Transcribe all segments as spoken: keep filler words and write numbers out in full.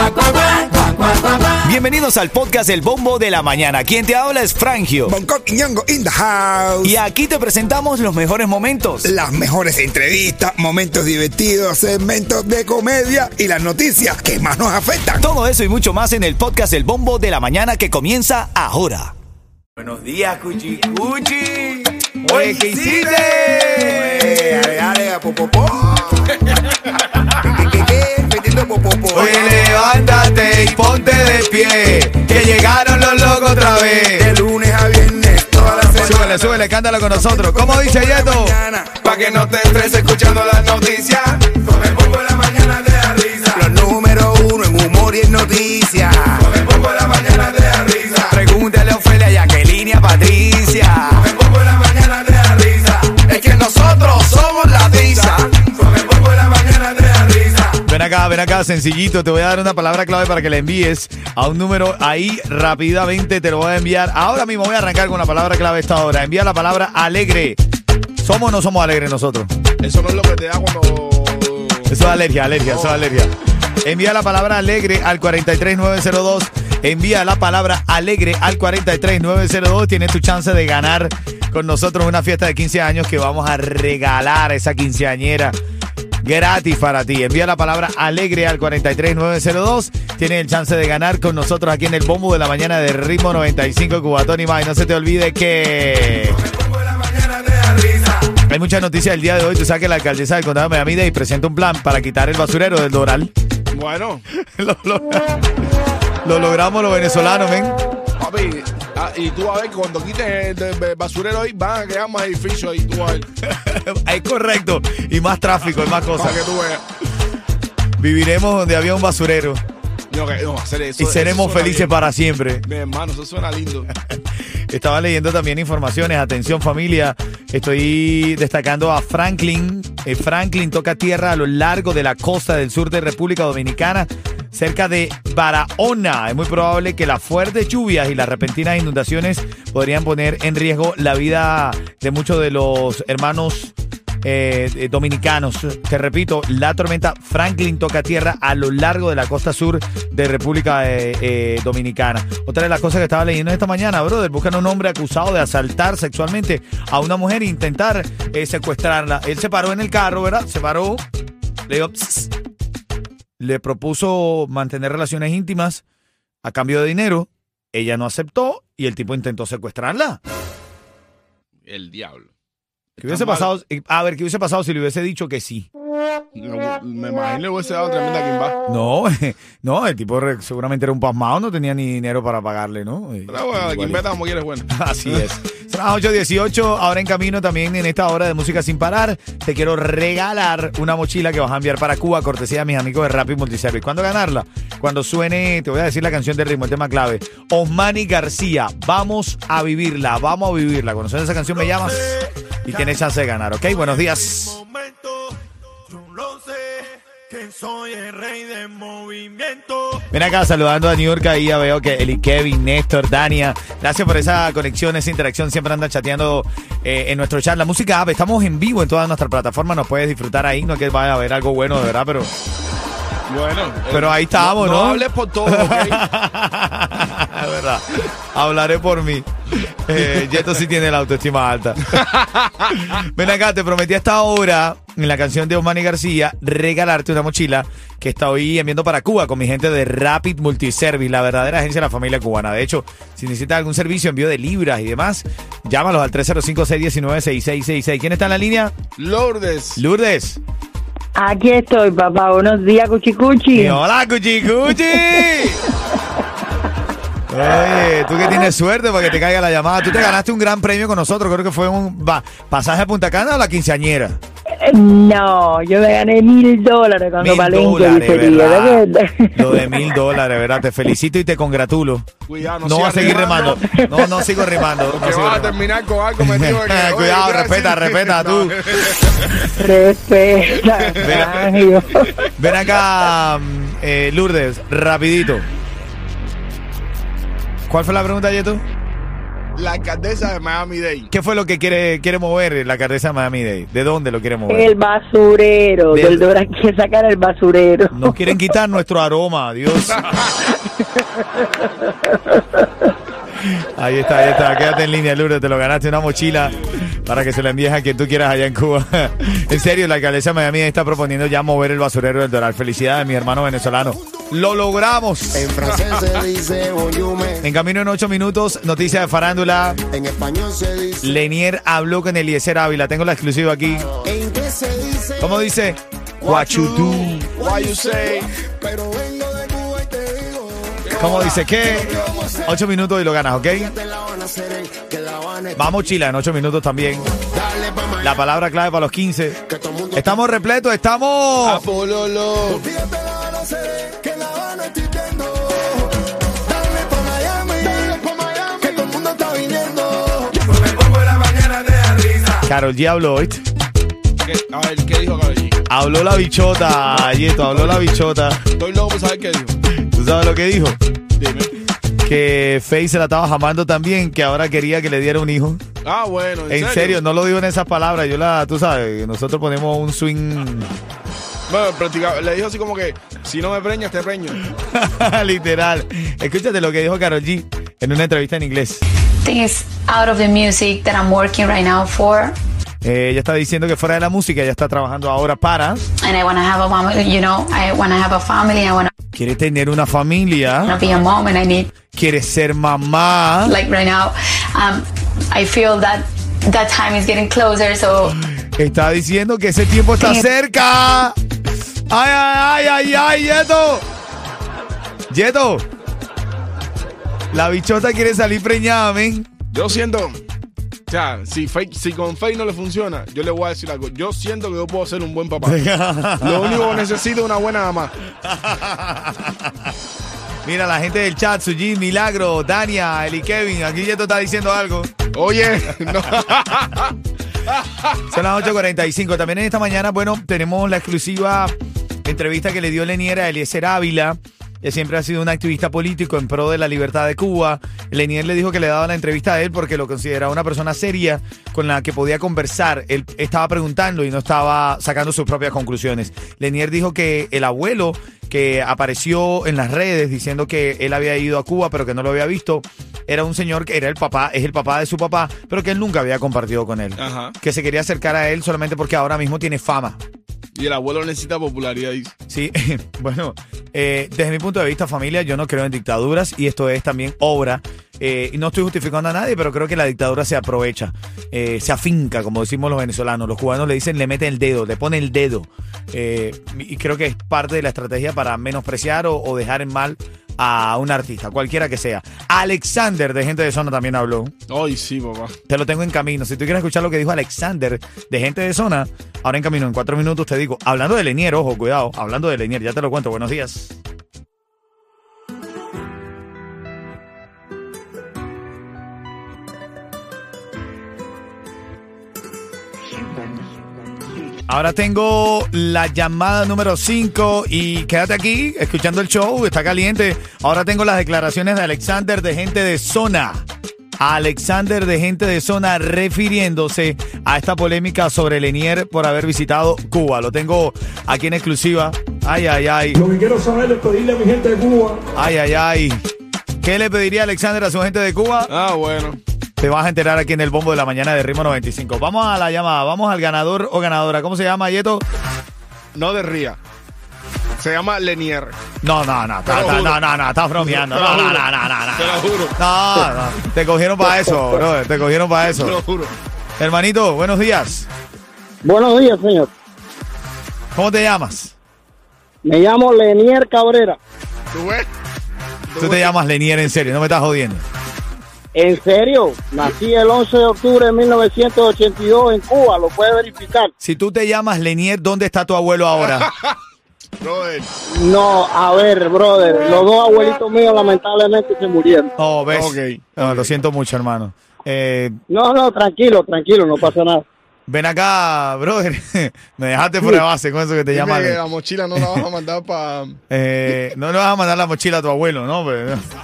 Bienvenidos al podcast El Bombo de la Mañana. Quien te habla es Frangio. Bonco y Ñongo in the house. Y aquí te presentamos los mejores momentos. Las mejores entrevistas, momentos divertidos, segmentos de comedia y las noticias que más nos afectan. Todo eso y mucho más en el podcast El Bombo de la Mañana que comienza ahora. Buenos días, Cuchi Cuchi. Oye, ¿qué hiciste? Dale, dale, popopó. ¿Qué, qué, qué? Metiendo popopó. Oye, levántate y ponte de pie, que llegaron los locos otra vez. De lunes a viernes, toda la semana. Súbele, súbele, cántalo con nosotros. ¿Cómo dice Yeto? Pa' que no te estreses escuchando las noticias. Con el Bombo de la Mañana te da risa. Los número uno en humor y en noticias. Con el Bombo de la Mañana te da risa. Pregúntale a Ofelia, Jacqueline y a Patricia. Con el Bombo de la Mañana te da risa. Es que nosotros somos la tiza. Con el Bombo de la Mañana te da risa. Ven acá, ven acá, sencillito. Te voy a dar una palabra clave para que la envíes a un número ahí rápidamente. Te lo voy a enviar. Ahora mismo voy a arrancar con la palabra clave esta hora. Envía la palabra alegre. ¿Somos o no somos alegres nosotros? Eso no es lo que te da cuando... Eso es alergia, alergia, eso es alergia. Envía la palabra alegre al cuatro tres nueve cero dos. Envía la palabra alegre al cuatro tres nueve cero dos. Tienes tu chance de ganar con nosotros una fiesta de quince años que vamos a regalar a esa quinceañera gratis para ti. Envía la palabra alegre al cuatro tres nueve cero dos. Tienes el chance de ganar con nosotros aquí en el Bombo de la Mañana de Ritmo noventa y cinco Cubatón y más. Y no se te olvide que... hay muchas noticias el día de hoy. Tú sabes que la alcaldesa del condado de Miami-Dade presenta un plan para quitar el basurero del Doral. Bueno. lo, lo, lo logramos los venezolanos, ven. Papi, ah, y tú a ver, cuando quites el, el, el basurero ahí, van a quedar más edificios ahí, tú a ver. Es correcto. Y más tráfico y más cosas. Para que tú veas. Viviremos donde había un basurero. No, que, no, hacer eso, y seremos eso felices lindo. para siempre. Mi hermano, eso suena lindo. Estaba leyendo también informaciones. Atención, familia. Estoy destacando a Franklin. Eh, Franklin toca tierra a lo largo de la costa del sur de República Dominicana, cerca de Barahona. Es muy probable que las fuertes lluvias y las repentinas inundaciones podrían poner en riesgo la vida de muchos de los hermanos eh, dominicanos. Te repito, la tormenta Franklin toca tierra a lo largo de la costa sur de República eh, eh, Dominicana. Otra de las cosas que estaba leyendo esta mañana, brother, buscan a un hombre acusado de asaltar sexualmente a una mujer e intentar eh, secuestrarla. Él se paró en el carro, ¿verdad? Se paró, le dijo... Pss, le propuso mantener relaciones íntimas a cambio de dinero. Ella no aceptó y el tipo intentó secuestrarla. El diablo. ¿Qué hubiese pasado? A ver, ¿qué hubiese pasado si le hubiese dicho que sí? No, me imagino le hubiese dado tremenda quimba. No, no, el tipo seguramente era un pasmado, no tenía ni dinero para pagarle, ¿no? Pero bueno, la quimbeta como quieres, bueno. Así es. Son las ocho dieciocho, ahora en camino también en esta hora de música sin parar. Te quiero regalar una mochila que vas a enviar para Cuba, cortesía de mis amigos de Rapid Multiservice. ¿Cuándo ganarla? Cuando suene, te voy a decir la canción de ritmo, el tema clave. Osmani García, vamos a vivirla, vamos a vivirla. Cuando suene esa canción me llamas y tienes chance de ganar, ¿ok? Buenos días. Que soy el rey del movimiento. Ven acá saludando a New York. Ahí ya veo que Eli, Kevin, Néstor, Dania. Gracias por esa conexión, esa interacción. Siempre andan chateando eh, en nuestro chat. La música app. Estamos en vivo en todas nuestras plataformas. Nos puedes disfrutar ahí. No es que vaya a haber algo bueno, de verdad, pero... Bueno. Pero ahí estamos, ¿no? No, no hables por todo, ¿ok? Es verdad. Hablaré por mí. Eh, Yeto sí tiene la autoestima alta. Ven acá, te prometí a esta hora, en la canción de Osmani García, regalarte una mochila que estoy enviando para Cuba con mi gente de Rapid Multiservice, la verdadera agencia de la familia cubana. De hecho, si necesitas algún servicio, envío de libras y demás, llámalos al tres cero cinco, seis uno nueve, seis seis seis seis. ¿Quién está en la línea? Lourdes. Lourdes. Aquí estoy, papá. Buenos días, Cuchicuchi. Y hola, Cuchicuchi. Oye, tú que tienes suerte para que te caiga la llamada. Tú te ganaste un gran premio con nosotros. Creo que fue un va, pasaje a Punta Cana o la quinceañera. No, yo me gané mil dólares cuando Mil Palenque dólares, dice ¿verdad? ¿verdad? Lo de mil dólares, ¿verdad? Te felicito y te congratulo. Cuidado, no, No voy a seguir remando. remando. No, no sigo remando. Porque No sigo vas a remando. terminar con algo metido en que, Cuidado, oye, respeta, ¿qué respeta tú. Respeta, Sergio. Ven acá, eh, Lourdes, rapidito. ¿Cuál fue la pregunta, Yeto? la alcaldesa de Miami-Dade. ¿Qué fue lo que quiere, quiere mover la alcaldesa de Miami-Dade? ¿De dónde lo quiere mover? El basurero. Del- Del Dora que sacar el basurero. Nos quieren quitar nuestro aroma, Dios. Ahí está, ahí está. Quédate en línea, Lourdes. Te lo ganaste, una mochila para que se la envíes a quien tú quieras allá en Cuba. En serio, la alcaldesa de Miami está proponiendo ya mover el basurero del Doral. Felicidades, mi hermano venezolano. ¡Lo logramos! En francés se dice volumen. En camino en ocho minutos, noticias de farándula. En español se dice. Lenier habló con Eliezer Ávila. Tengo la exclusiva aquí. En inglés se dice. ¿Cómo dice? What you do. Why you say? Pero vengo de Cuba y te digo. ¿Cómo dice qué? Ocho minutos y lo ganas, ¿ok? Que la van a hacer, que la van a. Vamos, Chila, en ocho minutos también. Dale pa' Miami, La palabra clave para los quince. que todo el mundo. Estamos repletos, estamos. Apololo. Fíjate la van a hacer, que la van a estoy viendo. Dale pa' Miami, dale pa' Miami, que todo el mundo está viniendo. Me pongo en la mañana de la risa. Karol G habló, ¿oíste? ¿Qué? A ver, ¿qué dijo Karol G? Habló la bichota, Yeto, habló la bichota. Estoy loco por saber qué dijo. ¿Tú sabes lo que dijo? Dime. Que Faye se la estaba jamando también, que ahora quería que le diera un hijo. Ah, bueno, ¿en, En serio, no lo digo en esas palabras. Yo la, tú sabes, nosotros ponemos un swing Bueno, practicaba- le dijo así como que, si no me preñas, te preño. literal. Escúchate lo que dijo Karol G en una entrevista en inglés. Thing is out of the music that I'm working right now for, Eh, ella está diciendo que fuera de la música, ella está trabajando ahora para... and I want to have a mom. You know, I want to have a family. I want Quiere tener una familia, to be a mom, and I need, quiere ser mamá. like right now, um, I feel that that time is getting closer. So Está diciendo que ese tiempo está Sí. cerca. ¡Ay, ay, ay, ay, ay, Yeto! Yeto. La bichota quiere salir preñada, men. Yo siento, o sea, si, Faye- si con Faye no le funciona, yo le voy a decir algo. Yo siento que yo puedo ser un buen papá. Lo único que necesito es una buena mamá. Mira, la gente del chat, Suji, Milagro, Dania, Eli Kevin, aquí Yeto está diciendo algo. Oye, no. Son las ocho cuarenta y cinco. También en esta mañana, bueno, tenemos la exclusiva entrevista que le dio Lenier a Eliezer Ávila. Él siempre ha sido un activista político en pro de la libertad de Cuba. Lenier le dijo que le daba la entrevista a él porque lo consideraba una persona seria con la que podía conversar. Él estaba preguntando y no estaba sacando sus propias conclusiones. Lenier dijo que el abuelo que apareció en las redes diciendo que él había ido a Cuba pero que no lo había visto, era un señor que era el papá, es el papá de su papá, pero que él nunca había compartido con él. Ajá. Que se quería acercar a él solamente porque ahora mismo tiene fama. Y el abuelo necesita popularidad. Dice. Sí, bueno, eh, desde mi punto de vista, familia, yo no creo en dictaduras y esto es también obra. Eh, y no estoy justificando a nadie, pero creo que la dictadura se aprovecha, eh, se afinca, como decimos los venezolanos. Los cubanos le dicen, le meten el dedo, le pone el dedo. Eh, y creo que es parte de la estrategia para menospreciar o, o dejar en mal a un artista, cualquiera que sea. Alexander, de Gente de Zona, también habló. Ay, sí, papá. Te lo tengo en camino. Si tú quieres escuchar lo que dijo Alexander, de Gente de Zona, ahora en camino, en cuatro minutos te digo. Hablando de Lenier, ojo, cuidado. Hablando de Lenier, ya te lo cuento. Buenos días. Ahora tengo la llamada número cinco y quédate aquí escuchando el show, está caliente. Ahora tengo las declaraciones de Alexander de Gente de Zona. Alexander de Gente de Zona refiriéndose a esta polémica sobre Lenier por haber visitado Cuba. Lo tengo aquí en exclusiva. Ay, ay, ay. Lo que quiero saber es pedirle a mi gente de Cuba. Ay, ay, ay. ¿Qué le pediría Alexander a su gente de Cuba? Ah, bueno. Te vas a enterar aquí en el bombo de la mañana de Ritmo noventa y cinco. Vamos a la llamada, vamos al ganador o ganadora. ¿Cómo se llama, Yeto? No de ría. Se llama Lenier. No, no, no, Te ta- lo ta- juro. no, no, no, estás bromeando. Te lo No, no, juro. no, no, no, no. Te lo juro. No, no, te cogieron para eso, bro, te cogieron para Te lo eso. juro. Hermanito, buenos días. Buenos días, señor. ¿Cómo te llamas? Me llamo Lenier Cabrera. ¿Tú ves? Tú te llamas Lenier, en serio, no me estás jodiendo. ¿En serio? Nací el once de octubre de mil novecientos ochenta y dos en Cuba, lo puede verificar. Si tú te llamas Lenier, ¿dónde está tu abuelo ahora? Brother. No, a ver, brother, los dos abuelitos míos lamentablemente se murieron. Oh, ¿ves? Ok, No, ok. lo siento mucho, hermano. Eh, No, no, tranquilo, tranquilo, no pasa nada. ven acá, brother. Me dejaste fuera de base con eso que te Dime llamas. que la mochila no la vas a mandar para... Eh, no le vas a mandar la mochila a tu abuelo, ¿no? Pero-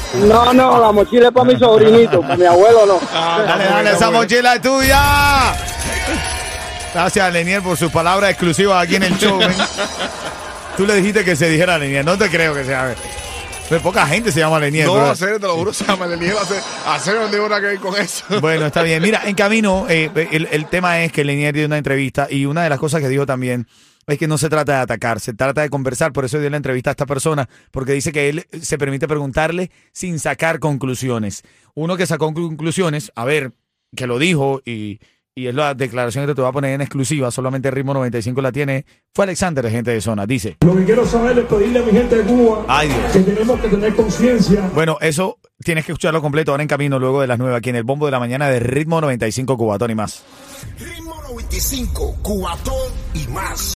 No, no, la mochila es para mi sobrinito, para mi abuelo no. Ah, Dale, está dale, muy, esa está muy. mochila es tuya. Gracias, Lenier, por sus palabras exclusivas aquí en el show. ¿Ven? Tú le dijiste que se dijera Lenier, no te creo que sea. Pero poca gente se llama Lenier. No, pero- en serio, te lo juro, se llama Lenier. Hacer, hacer no tengo nada que ver con eso. Bueno, está bien. Mira, en camino, eh, el, el tema es que Lenier dio una entrevista y una de las cosas que dijo también es que no se trata de atacar, se trata de conversar. Por eso dio la entrevista a esta persona, porque dice que él se permite preguntarle sin sacar conclusiones. Uno que sacó conclusiones, a ver, que lo dijo y, y es la declaración que te voy a poner en exclusiva, solamente Ritmo noventa y cinco la tiene, fue Alexander, de Gente de Zona. Dice, Lo que quiero saber es pedirle a mi gente de Cuba Ay, Dios. que tenemos que tener conciencia. bueno, eso tienes que escucharlo completo ahora en camino, luego de las nueve, aquí en el Bombo de la Mañana de Ritmo noventa y cinco Cubatón y más. Ritmo noventa y cinco, Cubatón y más.